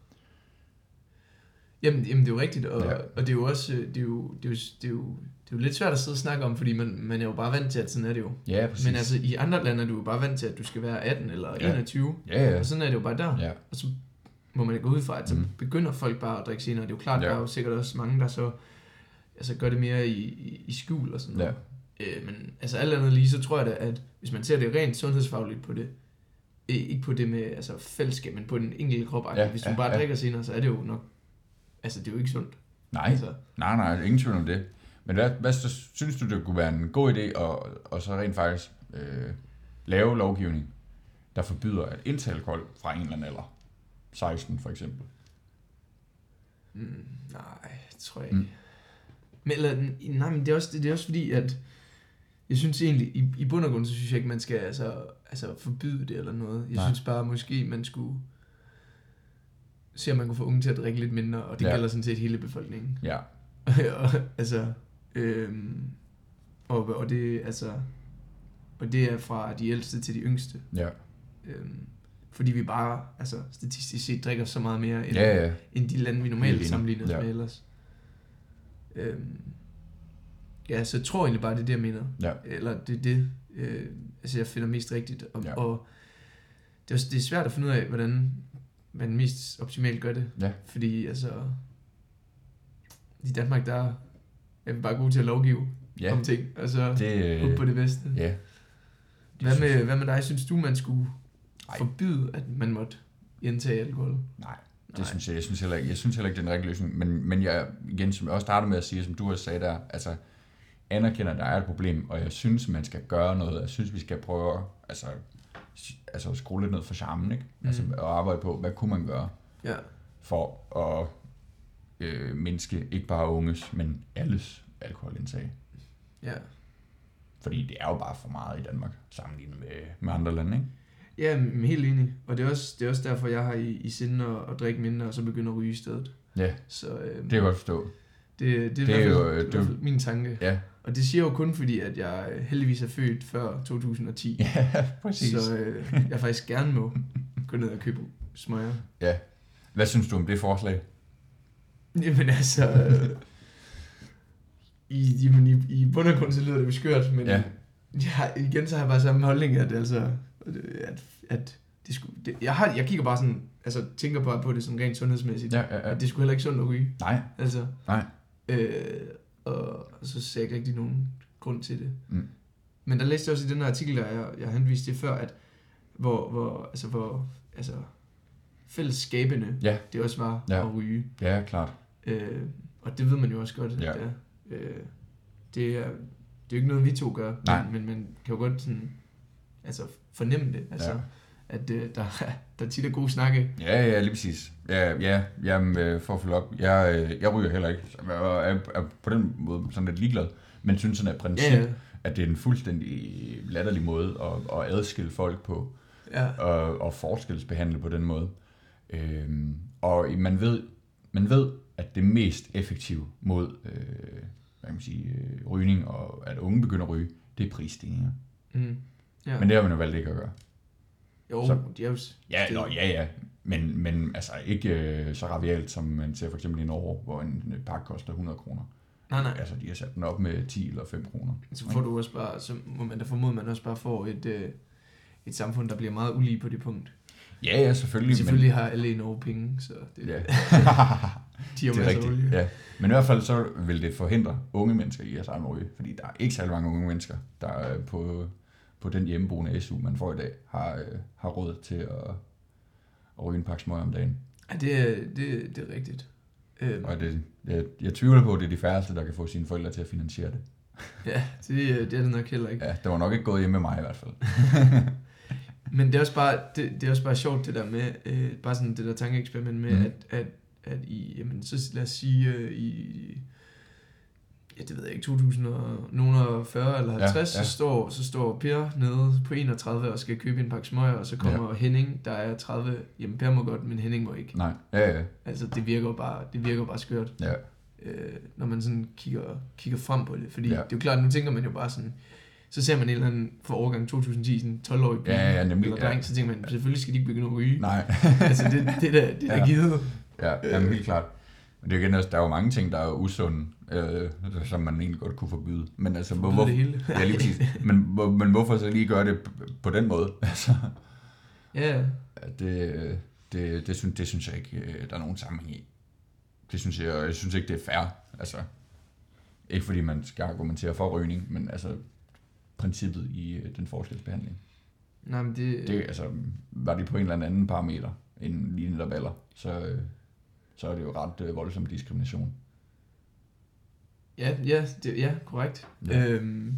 Jamen, jamen det er jo rigtigt, og, ja. og det er jo også, det er jo, det er jo, det er jo, det er jo lidt svært at sidde og snakke om, fordi man, man er jo bare vant til, at sådan er det jo. Ja, præcis. Men altså, i andre lande er du jo bare vant til, at du skal være atten eller ja. enogtyve, ja, ja. og sådan er det jo bare der. Ja. Og så må man gå ud fra, at så mm. begynder folk bare at drikke senere. Det er jo klart, ja. Der er jo sikkert også mange, der så altså, gør det mere i, i, i skjul og sådan noget. Ja. Øh, men altså alt andet lige, så tror jeg da, at hvis man ser det rent sundhedsfagligt på det, ikke på det med altså fællesskab, men på den enkelte krop. Ja, hvis du ja, bare ja. drikker senere, så er det jo nok, altså det er jo ikke sundt. Nej, altså. nej, nej, ingen tvivl om det. Men hvad, hvad så, synes du, det kunne være en god idé, og, og så rent faktisk øh, lave lovgivning, der forbyder at indtage alkohol fra en eller anden alder? seksten for eksempel. Mm, nej, det tror jeg ikke. Mm. Men, eller, nej, men det er, også, det er også fordi, at jeg synes egentlig, i, i bund og grund, så synes jeg ikke, man skal altså, altså forbyde det eller noget. Jeg Nej. synes bare, måske man skulle se, om man kunne få unge til at drikke lidt mindre, og det ja. gælder sådan set hele befolkningen. Ja. og, altså, øhm, og, og, det, altså, og det er fra de ældste til de yngste. Ja. Øhm, fordi vi bare, altså statistisk set, drikker så meget mere, end, ja, ja. end de lande, vi normalt sammenligner os ja. med ellers. Øhm, Ja, så jeg tror egentlig bare, det er det, jeg mener. Ja. Eller det er det, øh, altså jeg finder mest rigtigt. Og, ja. og det, er, det er svært at finde ud af, hvordan man mest optimalt gør det. Ja. Fordi altså, i Danmark, der er vi bare gode til at lovgive ja. om ting. Altså, det, ud på det bedste. Ja. Det hvad, med, hvad med dig? Synes du, man skulle Ej. forbyde, at man måtte indtage alkohol? Nej. Det Nej. synes jeg, jeg synes heller ikke. Jeg synes heller ikke, det er en rigtig løsning. Men, men jeg, igen, som jeg også startede med at sige, som du også sagde der, altså, anerkender, at der er et problem, og jeg synes, man skal gøre noget. Jeg synes, vi skal prøve altså, altså skrue lidt ned for charmen, ikke? Mm. Altså, at arbejde på, hvad kunne man gøre ja. for at øh, mindske ikke bare unges, men alles alkoholindtag. Ja. Fordi det er jo bare for meget i Danmark, sammenlignet med, med andre lande, ikke? Ja, men helt enig. Og det er også, det er også derfor, jeg har i, i sinde at, at drikke mindre, og så begynde at ryge i stedet. Ja, så, øhm, det kan jeg godt forstå. Det, det, det er, jo, det er min tanke. Ja. Og det siger jo kun fordi, at jeg heldigvis er født før to tusind og ti. Ja, præcis. Så øh, jeg faktisk gerne må gå ned og købe smøger. Ja. Hvad synes du om det forslag? Jamen altså... Øh, i, jamen, i, i bund og grund så lyder det jo skørt, men ja. jeg, igen så har jeg bare samme holdning, at altså... At, at det skulle, det, jeg, har, jeg kigger bare sådan... Altså tænker bare på det sådan rent sundhedsmæssigt. Ja, ja, ja. At det skulle heller ikke sundt at ryge. Nej. Altså... Nej. Øh, og så ser jeg ikke rigtig nogen grund til det. Mm. Men der læste jeg også i den her artikel, der jeg, jeg henviste til før, at hvor, hvor, altså, hvor altså, fællesskabende ja. det også var ja. at ryge. Ja, klart. Øh, og det ved man jo også godt, ja. at det er. Øh, det er. Det er jo ikke noget, vi to gør, Nej. men, men man kan jo godt sådan, altså, fornemme det. Altså, ja. At øh, der, der tit er gode snakke. Ja, ja, lige præcis. Ja, ja, jamen, øh, for at følge op. Jeg, øh, jeg ryger heller ikke. Jeg er, er på den måde sådan lidt ligeglad, men synes sådan et princip, ja, ja. at det er en fuldstændig latterlig måde at, at adskille folk på, ja. og, og forskelsbehandle på den måde. Øhm, og man ved, man ved, at det mest effektive mod øh, hvad kan man sige, øh, rygning, og at unge begynder at ryge, det er prisstigninger. Mm. Ja. Men det har man jo valgt ikke at gøre. Jo, så, de er jo... Ja, nå, ja, ja. Men, men altså ikke øh, så ravialt, som man ser for eksempel i Norge, hvor en pakke koster hundrede kroner. Nej, nej. Altså, de har sat den op med ti eller fem kroner. Så får du også bare, så må man da formode, man også bare får et, øh, et samfund, der bliver meget ulige på det punkt. Ja, ja, selvfølgelig. Selvfølgelig men... har alle i Norge penge, så det, ja. de det er rigtigt, ja. Men i hvert fald så vil det forhindre unge mennesker i at samle ryge, fordi der er ikke særlig mange unge mennesker, der på, på den hjemmeboende S U, man får i dag, har, har råd til at, at ryge en pakke smøger om dagen. Ja, det er, det, det er rigtigt. Øhm. Og det, jeg, jeg tvivler på, at det er de færreste, der kan få sine forældre til at finansiere det. Ja, det, det er det nok heller ikke. Ja, det var nok ikke gået hjemme med mig i hvert fald. Men det er også bare, det, det er også bare sjovt det der med, øh, bare sådan det der tankeeksperiment med, mm. at, at, at i, jamen så lad os sige, øh, i, ja det ved jeg ikke, to tusind og fyrre eller halvtreds, ja, ja. Så, står, så står Per nede på enogtredive og skal købe en pakke smøger, og så kommer ja. Henning, der er tredive, jamen Per må godt, men Henning må ikke. Nej, ja, ja. Altså det virker bare, det virker bare skørt, ja. øh, når man sådan kigger, kigger frem på det, fordi ja. Det er jo klart, nu tænker man jo bare sådan, så ser man en eller anden for årgang to tusind og ti, sådan tolv-årig pige, ja, ja, nemlig, eller dreng, ja. Så tænker man, selvfølgelig skal de ikke begynde at ryge. Nej. Altså det, det der, det der ja. Givet. Ja, jamen, helt klart. Men det er igen også, der er jo mange ting, der er usunde, øh, som man egentlig godt kunne forbyde. Men altså, forbyde hvor, det hele. Ja, lige præcis. Men, hvor, men hvorfor så lige gøre det på den måde? Altså, ja. Det, det, det, synes, det synes jeg ikke, der er nogen sammenhæng i. Det synes jeg, jeg synes ikke, det er fair. Altså, ikke fordi man skal argumentere for rygning, men altså princippet i den forskelsbehandling. Nej, men det... det altså, var det på en eller anden parameter, end lige netop alder, så, så er det jo ret øh, voldsom diskrimination. Ja, ja, det, ja korrekt. Ja. Øhm,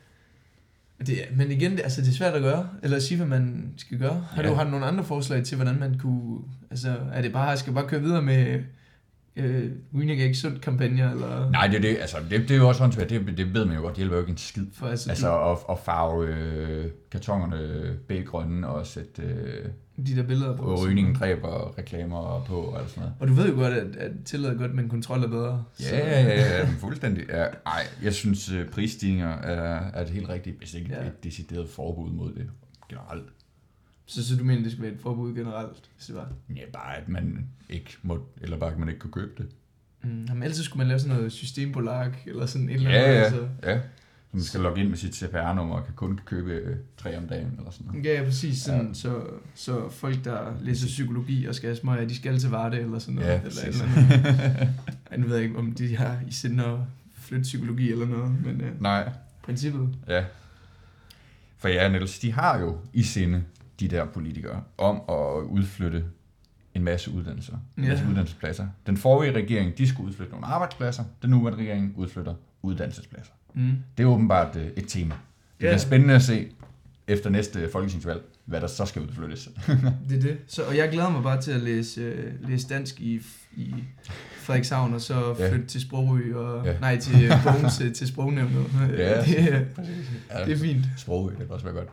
det, men igen, det, altså, det er svært at gøre, eller at sige, hvad man skal gøre. Har, ja. du, har du nogle andre forslag til, hvordan man kunne... Altså, er det bare, skal bare køre videre med... Øh, rygning er ikke sundt kampagner, eller... Nej, det er det, altså, det, det er jo også håndtvært, det, det ved man jo godt, det hjælper jo ikke en skid. For, altså, altså du... at, at farve øh, kartonerne bælgrønne og sætte øh, de der billeder på. Og rygningen dræber reklamer på og alt sådan noget. Og du ved jo godt, at, at tillade godt, men kontrol er bedre. Ja, så... ja, ja, ja, fuldstændig. Ja, ej, jeg synes, uh, prisstigninger er, er det helt rigtigt, hvis ikke ja. Et decideret forbud mod det generelt. Så, så du mener, det skal være et forbud generelt, hvis det var? Ja, bare at man ikke må, eller bare at man ikke kunne købe det. Mm, jamen, ellers skulle man lave sådan noget systembolag, eller sådan et eller andet. Ja, ja, altså. ja. Så man skal logge ind med sit C P R-nummer og kan kun købe øh, tre om dagen, eller sådan noget. Ja, ja præcis. Sådan, ja. Så, så folk, der læser psykologi og skal have smøger, de skal til Varde, eller sådan noget. Ja, eller, eller jeg ved ikke, om de har i sinde at flytte psykologi eller noget, men øh, nej. Princippet. Ja. For ja, Niels, de har jo i sinde, de der politikere, om at udflytte en masse uddannelser, en masse ja. uddannelsespladser. Den forrige regering, de skulle udflytte nogle arbejdspladser, den nuværende regering udflytter uddannelsespladser. Mm. Det er åbenbart et tema. Det yeah. er spændende at se efter næste folketingsvalg, hvad der så skal udflyttes. Det er det. Så, og jeg glæder mig bare til at læse, uh, læse dansk i, i Frederikshavn, og så flytte ja. til Sprogø, og ja. nej, til Bogen til, til Sprognævnet. Ja, det, ja, det er fint. Sprogø, det kan også være godt.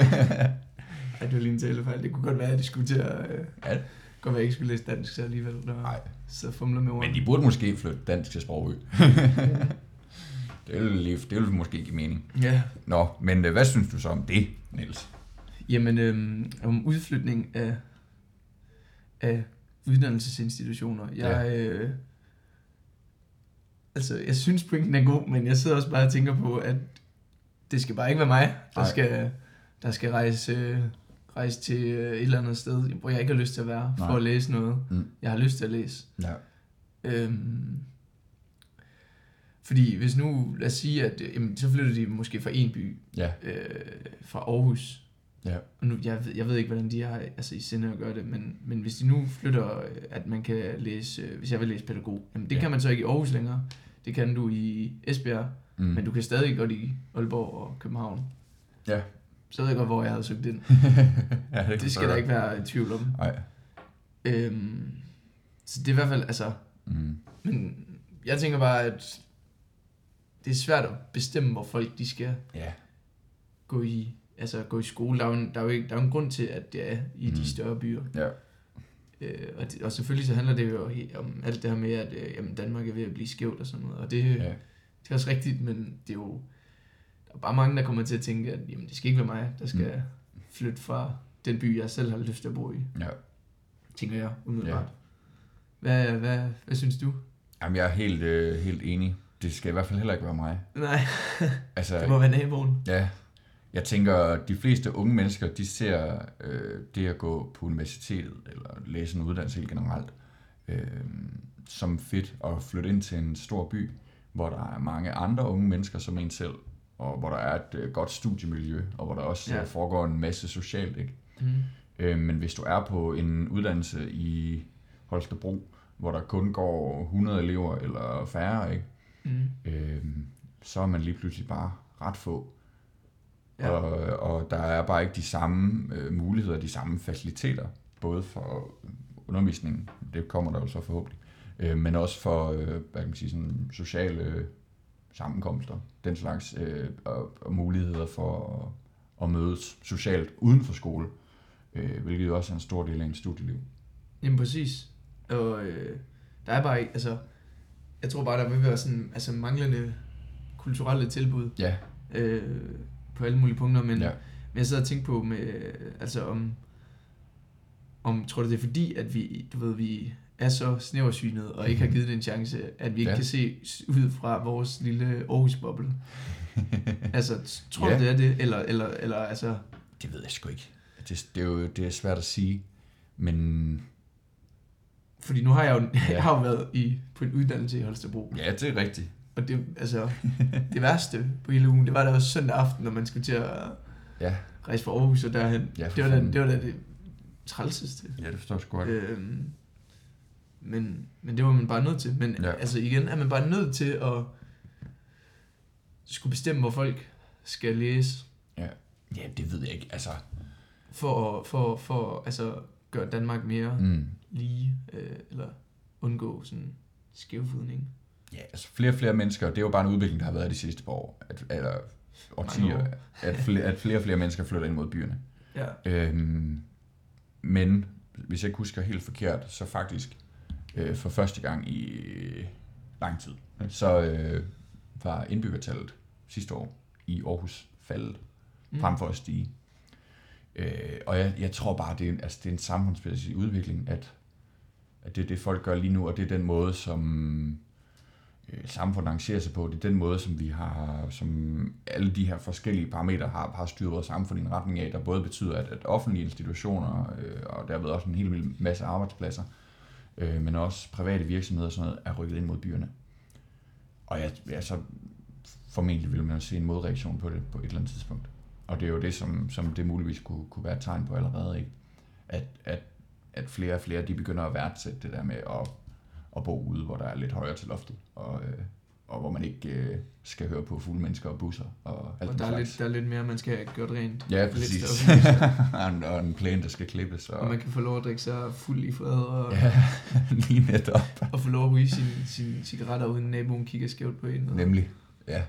Ej, det var lige en talefejl. Det kunne godt være, at de skulle til at... Øh, ja. Godt være, at jeg ikke skulle læse dansk så alligevel. Nej. Så fumler med ord. Men de burde måske flytte dansk til Sprogø. det, vil, det vil måske give mening. Ja. Nå, men hvad synes du så om det, Niels? Jamen, øhm, om udflytning af, af uddannelsesinstitutioner. Jeg, ja. øh, altså, jeg synes, pointen er god, men jeg sidder også bare og tænker på, at det skal bare ikke være mig, der skal... der skal rejse, øh, rejse til øh, et eller andet sted, hvor jeg ikke har lyst til at være, Nej. for at læse noget, mm. jeg har lyst til at læse. Ja. Øhm, fordi hvis nu, lad os sige, at jamen, så flytter de måske fra en by, ja. øh, fra Aarhus, ja. og nu, jeg, ved, jeg ved ikke, hvordan de har altså, i sinde at gøre det, men, men hvis de nu flytter, at man kan læse, øh, hvis jeg vil læse pædagog, jamen, det ja. kan man så ikke i Aarhus længere, det kan du i Esbjerg, mm. men du kan stadig godt i Aalborg og København. Ja. Så ved jeg godt, hvor jeg havde søgt ind. ja, det, det skal der ikke være i tvivl om. Nej. Øhm, så det er i hvert fald, altså... Mm. Men jeg tænker bare, at det er svært at bestemme, hvor folk de skal yeah. gå i, altså gå i skole. Der er jo en, der er jo ikke, der er jo en grund til, at det er i mm. de større byer. Ja. Øh, og, det, og selvfølgelig så handler det jo om alt det her med, at øh, jamen Danmark er ved at blive skævt og sådan noget. Og det, yeah. det er også rigtigt, men det er jo... Der er bare mange, der kommer til at tænke, at jamen, det skal ikke være mig, der skal mm. flytte fra den by, jeg selv har lyst til at bo i. Ja. tænker jeg umiddelbart. Ja. Hvad, hvad, hvad synes du? Jamen, jeg er helt, øh, helt enig. Det skal i hvert fald heller ikke være mig. Nej, altså, det må være naboen. Ja, jeg tænker, at de fleste unge mennesker, de ser øh, det at gå på universitetet, eller læse en uddannelse helt generelt, øh, som fedt at flytte ind til en stor by, hvor der er mange andre unge mennesker som en selv, og hvor der er et øh, godt studiemiljø, og hvor der også ja. foregår en masse socialt, ikke? Mm. Øh, men hvis du er på en uddannelse i Holstebro, hvor der kun går hundrede elever eller færre, ikke? Mm. Øh, så er man lige pludselig bare ret få. Ja. Og, og der er bare ikke de samme øh, muligheder, de samme faciliteter, både for undervisning, det kommer der jo så forhåbentlig, øh, men også for øh, hvad kan man sige, sådan sociale øh, sammenkomster, den slags, øh, og, og muligheder for at, at mødes socialt uden for skole, øh, hvilket jo også er en stor del af en studieliv. Jamen præcis. Og øh, der er bare ikke, altså, jeg tror bare, der vil være sådan, altså manglende kulturelle tilbud. Ja. Øh, på alle mulige punkter, men, ja. men jeg sad og tænkte på med, altså om, om, tror du det er fordi, at vi, du ved, vi er så snæversynet og ikke har givet det en chance, at vi ikke ja. kan se ud fra vores lille Aarhus-boble? Altså, tror ja. du det er det, eller, eller, eller altså... Det ved jeg sgu ikke. Det, det er jo det er svært at sige, men... Fordi nu har jeg jo, ja. jeg har jo været i, på en uddannelse i Holstebro. Ja, det er rigtigt. Og det, altså, det værste på hele ugen, det var da også søndag aften, når man skulle til at ja. rejse fra Aarhus og derhen. Ja, det var da det, var da det trælseste. Ja, det forstår jeg sgu godt. Øhm, men, men det var man bare nødt til. Men ja. altså igen, er man bare nødt til at skulle bestemme, hvor folk skal læse. Ja, ja det ved jeg ikke. Altså. For at for, for, altså, gøre Danmark mere mm. lige, øh, eller undgå sådan skævvridning. Ja, altså flere og flere mennesker, det er jo bare en udvikling, der har været de sidste par år, at, eller årtier, at, flere, at flere og flere mennesker flytter ind mod byerne. Ja. Øhm, men, hvis jeg ikke husker helt forkert, så faktisk øh, for første gang i lang tid, så øh, var indbyggertallet sidste år i Aarhus faldet, mm. frem for at stige. Øh, og jeg, jeg tror bare, det er, altså, det er en samfundsmæssig udvikling, at, at det er det, folk gør lige nu, og det er den måde, som samfundet arrangerer sig på. Det er den måde, som vi har, som alle de her forskellige parametre har, har styret vores samfund i en retning af, der både betyder, at, at offentlige institutioner, øh, og derved også en hel masse arbejdspladser, øh, men også private virksomheder og sådan noget, er rykket ind mod byerne. Og jeg, ja, så formentlig vil man se en modreaktion på det på et eller andet tidspunkt. Og det er jo det, som, som det muligvis kunne, kunne være et tegn på allerede, ikke? At, at, at flere og flere, de begynder at værdsætte det der med at og bo ude, hvor der er lidt højere til loftet, og, øh, og hvor man ikke øh, skal høre på fulde mennesker og busser. Og, alt og der, er lidt, der er lidt mere, man skal have gjort rent. Ja, præcis. og en plæne, der skal klippes. Og, og man kan få lov at drikke sig fuld i fred. Og, ja, lige netop. Og få lov at ryge sine sin cigaretter, uden naboen kigger skævt på en. Og, nemlig, ja.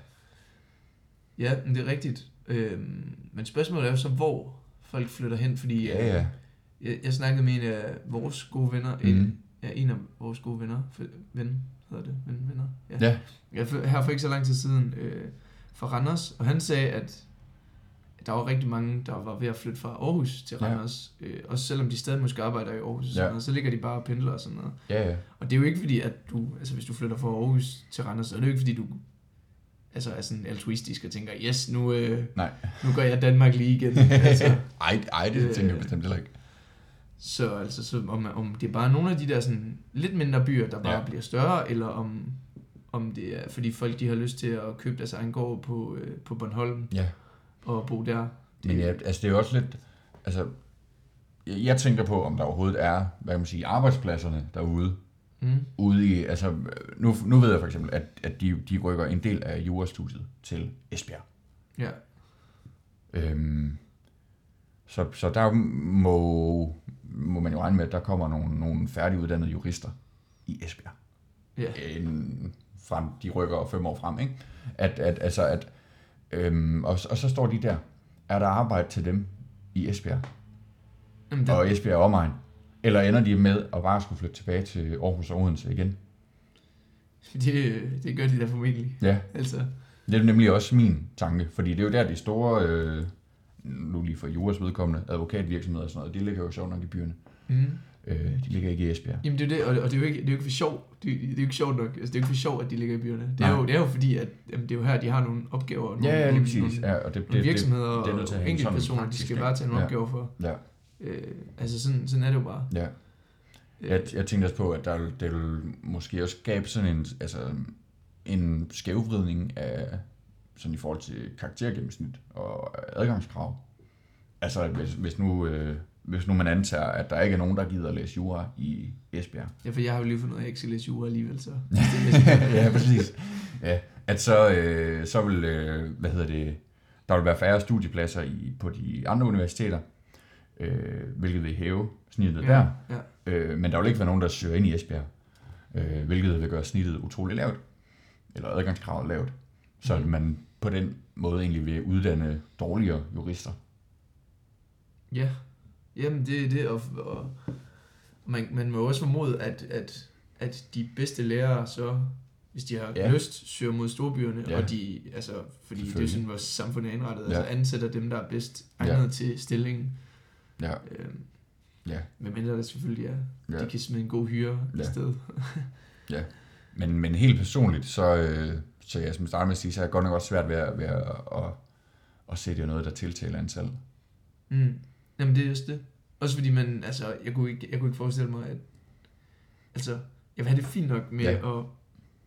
Ja, men det er rigtigt. Øhm, men spørgsmålet er jo så, hvor folk flytter hen, fordi ja, ja. Jeg, jeg snakkede med en af vores gode venner, mm. en, ja, en af vores gode venner, ven hedder det, ven, venner, ja. ja. Jeg, her for ikke så lang tid siden øh, fra Randers, og han sagde, at der var rigtig mange, der var ved at flytte fra Aarhus til Randers, ja. øh, også selvom de stadig måske arbejder i Aarhus, og sådan ja. noget, så ligger de bare og pendler og sådan noget. Ja, ja. Og det er jo ikke fordi, at du, altså hvis du flytter fra Aarhus til Randers, så er det jo ikke fordi, du altså er sådan altruistisk og tænker, yes, nu, øh, nu gør jeg Danmark lige igen. altså, ej, ej, det øh, tænker jeg bestemt heller ikke. Så altså, så om, om det er bare nogle af de der sådan lidt mindre byer, der bare ja. bliver større, eller om, om det er, fordi folk de har lyst til at købe deres egen gård på, øh, på Bornholm ja. og bo der. Det, Men ja, altså det er jo også lidt, altså, jeg, jeg tænker på, om der overhovedet er, hvad kan man sige, arbejdspladserne derude, mm. ude i, altså, nu, nu ved jeg for eksempel, at, at de, de rykker en del af jurastudiet til Esbjerg. Ja. Øhm, så, så der må... må man jo regne med, at der kommer nogle, nogle færdiguddannede jurister i Esbjerg. Yeah. En, frem, de rykker fem år frem, ikke? At, at, altså at, øhm, og, og så står de der. Er der arbejde til dem i Esbjerg? Jamen, og Esbjerg og omegn? Eller ender de med at bare skulle flytte tilbage til Aarhus og Odense igen? Det, det gør de da formentlig. Ja. Altså. Det er nemlig også min tanke, fordi det er jo der, de store... Øh, nu lige for juras vedkommende, advokatvirksomheder og sådan noget, de ligger jo sjovt nok i byerne. Mm. Øh, de ligger ikke i Esbjerg. Jamen det er det, og, og det er jo ikke, det er jo ikke for sjov. Det, det er jo ikke sjovt nok. Altså, det er jo ikke for sjov, at de ligger i byerne. Det er, jo, det er jo fordi, at jamen, det er jo her, de har nogle opgaver. Nogle, ja, ja, lige præcis. nogle, ja, og det, nogle det, virksomheder det, det, det og enkeltpersoner, de skal bare tage nogle ja. opgaver for. Ja. Øh, altså sådan, sådan er det jo bare. Ja. Jeg, jeg tænkte også på, at der det vil måske også skabe sådan en, altså, en skævvridning af, sådan i forhold til karaktergennemsnit og adgangskrav. Altså hvis, hvis, nu, øh, hvis nu man antager, at der ikke er nogen, der gider at læse jura i Esbjerg. Ja, for jeg har jo lige fundet ud af, at jeg ikke skal læse jura alligevel, så... ja, præcis. Ja, at så, øh, så vil, øh, hvad hedder det, der vil være færre studiepladser i, på de andre universiteter, øh, hvilket vil hæve snittet ja, der. Ja. Øh, men der vil ikke være nogen, der søger ind i Esbjerg, øh, hvilket vil gøre snittet utrolig lavt, eller adgangskravet lavt, så mm. man på den måde egentlig vil uddanne dårligere jurister. Ja, jamen det er det, og, og man, man må også formode, at, at, at de bedste lærere så, hvis de har ja. lyst, søger mod storbyerne, ja. og de, altså, fordi det er sådan, vores samfund er indrettet, ja. altså ansætter dem, der er bedst egnet ja. til stillingen. Ja. Øhm, ja. Men mindre der selvfølgelig er, ja. de kan smide en god hyre ja. i stedet. ja, men, men helt personligt, så, øh, så jeg som starter med at sige, så er jeg godt nok også svært ved at, ved at, at, at se, det er noget, der tiltaler antal. Mm. Jamen det er just det. Også fordi man, altså, jeg kunne ikke, jeg kunne ikke forestille mig, at, altså, jeg vil have det fint nok med ja. at,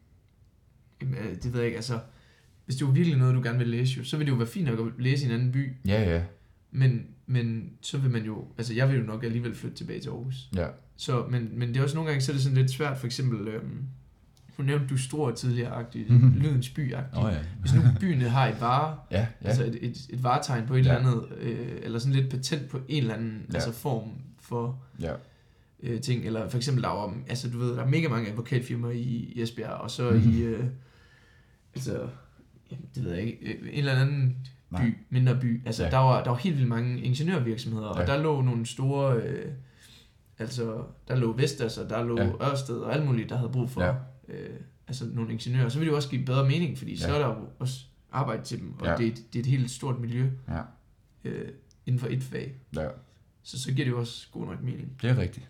jamen, det ved jeg ikke, altså, hvis det var virkelig noget, du gerne vil læse, jo, så vil det jo være fint nok at læse i en anden by. Ja, ja. Men, men så vil man jo, altså, jeg vil jo nok alligevel flytte tilbage til Aarhus. Ja. Så, men, men det er også nogle gange, så er det sådan lidt svært, for eksempel, øhm, nu nævnte du Struer tidligere-agtigt, mm-hmm. Lydens by-agtigt. Oh, ja. Hvis nu byen har et vare, ja, ja. altså et, et, et varetegn på et ja. eller andet, øh, eller sådan lidt patent på en eller anden ja. altså form for ja. øh, ting, eller for eksempel der er, altså du ved, der er mega mange advokatfirmaer i, i Esbjerg, og så mm-hmm. i, øh, altså, jamen, det ved jeg ikke, en eller anden by, Nej. mindre by, altså ja. der, var, der var helt vildt mange ingeniørvirksomheder, ja. og der lå nogle store, øh, altså der lå Vestas, og der lå ja. Ørsted, og alt muligt, der havde brug for, ja. Øh, altså nogle ingeniører, så vil det jo også give bedre mening, fordi ja. så er der jo også arbejde til dem, og ja. det, er et, det er et helt stort miljø ja. øh, inden for et fag. Ja. Så så giver det jo også god nok mening. Det er rigtigt.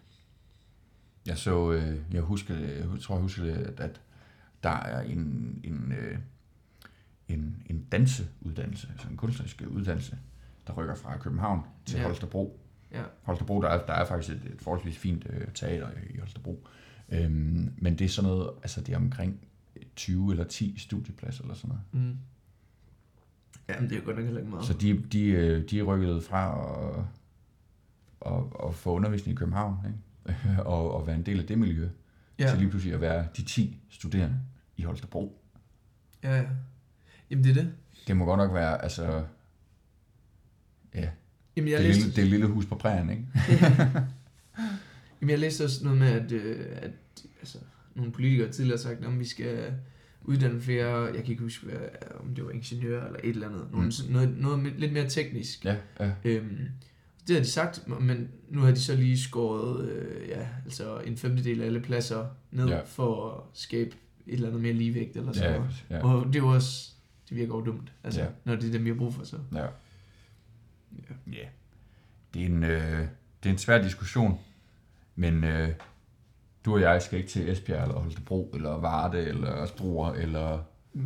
Jeg så, øh, jeg husker, jeg tror jeg husker, at, at der er en, en, øh, en, en danseuddannelse, altså en kunstnerisk uddannelse, der rykker fra København til ja. Holstebro. Ja. Holstebro, der er, der er faktisk et, et forholdsvis fint øh, teater i Holstebro. Øhm, men det er sådan noget, altså det er omkring tyve eller ti studiepladser eller sådan noget. Mm. Jamen det er godt nok heller ikke meget. Så de, de, de er rykket fra at, at, at få undervisning i København, ikke? og, og være en del af det miljø, ja. Så lige pludselig at være de ti studerende i Holstebro. Ja, ja. Jamen det er det. Det må godt nok være, altså, ja, Jamen, jeg det, læste... lille, det lille hus på prærien, ikke? Jamen jeg læste også noget med, at, øh, at altså, nogle politikere tidligere har sagt, at vi skal uddanne flere, jeg kan ikke huske, hvad, om det var ingeniører eller et eller andet, nogle, mm. noget, noget lidt mere teknisk. Ja, ja. Øhm, det har de sagt, men nu har de så lige skåret øh, ja, altså en femtedel af alle pladser ned ja. for at skabe et eller andet mere ligevægt eller sådan ja, noget. Ja. Og det er jo også, det virker jo dumt, altså, ja. når det er dem, vi har brug for så. Ja. Ja. ja. Det er en, øh, det er en svær diskussion. Men øh, du og jeg skal ikke til Esbjerg, eller Holstebro, eller Varde, eller Struer, eller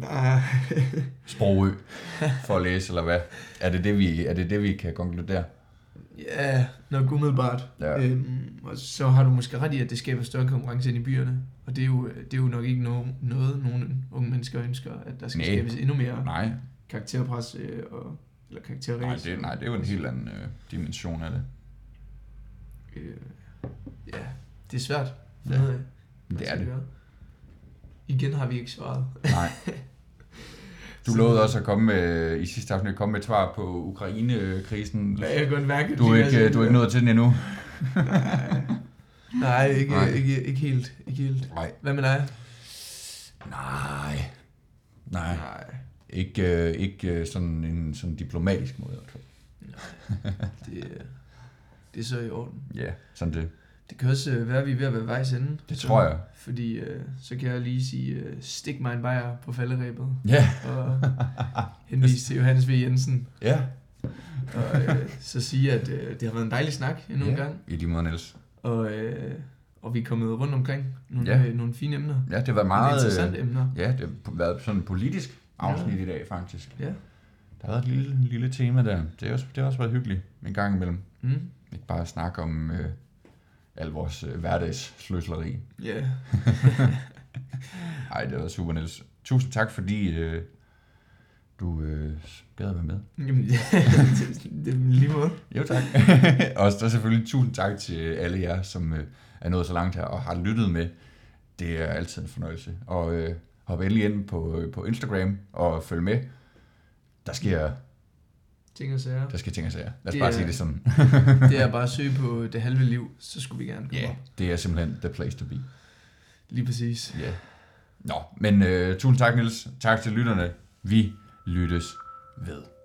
Sprogø for at læse, eller hvad? Er det det, vi, er det, det, vi kan konkludere? Ja, nok umiddelbart. Ja. Øhm, og så har du måske ret i, at det skaber større konkurrence ind i byerne. Og det er jo, det er jo nok ikke noget, noget nogen unge mennesker ønsker, at der skal Nej. skabes endnu mere Nej. karakterpres øh, og, eller karakterræs. Nej, det, nej, det er jo en helt anden øh, dimension af det. Øh, ja, det er svært. Ja, noget, det er det. Gøre. Igen har vi ikke svaret. Nej. Du lovede også at komme med, i sidste afsnit, komme med et svar på Ukraine-krisen. Ja, jeg kan godt mærke, du er ikke, altså, du er ikke nået til den endnu. Nej, Nej, ikke, Nej. Ikke, ikke helt. Ikke helt. Nej. Hvad med dig? Nej. Nej. Nej. Ikke, øh, ikke sådan en sådan diplomatisk måde. Nej. Det, det er så i orden. Ja, sådan det. Det kan også være, at vi er ved at være vejs ende. Det tror jeg. Fordi øh, så kan jeg lige sige, øh, stik mig en bajer på falderæbet. Ja. Og henvise til Johannes V. Jensen. Ja. Og øh, så sige, at øh, det har været en dejlig snak endnu ja. en gang. I lige måde, Niels. og, øh, og vi er kommet rundt omkring nogle, Ja. øh, nogle fine emner. Ja, det har været meget... Interessante emner. Ja, det har været sådan et politisk afsnit ja. i dag, faktisk. Ja. Der har været et lille, lille tema der. Det har også, det har også været hyggeligt en gang imellem. Mm. Ikke bare snakke om øh, al vores øh, hverdagssløsleri. Ja. Yeah. Ej, det var super, Niels. Tusind tak, fordi øh, du øh, gad at være med. Jamen, ja, det, det er lige måde. Jo, tak. Og så selvfølgelig tusind tak til alle jer, som øh, er nået så langt her og har lyttet med. Det er altid en fornøjelse. Og øh, hop endelig ind på, øh, på Instagram og følg med. Der sker... Ting og sager. Der skal ting og sager. Lad os Det bare er- sige det sådan. Det er bare at søge på det halve liv, så skulle vi gerne komme Ja, op. det er simpelthen the place to be. Lige præcis. Ja. Nå, men øh, tusind tak, Niels. Tak til lytterne. Vi lyttes ved.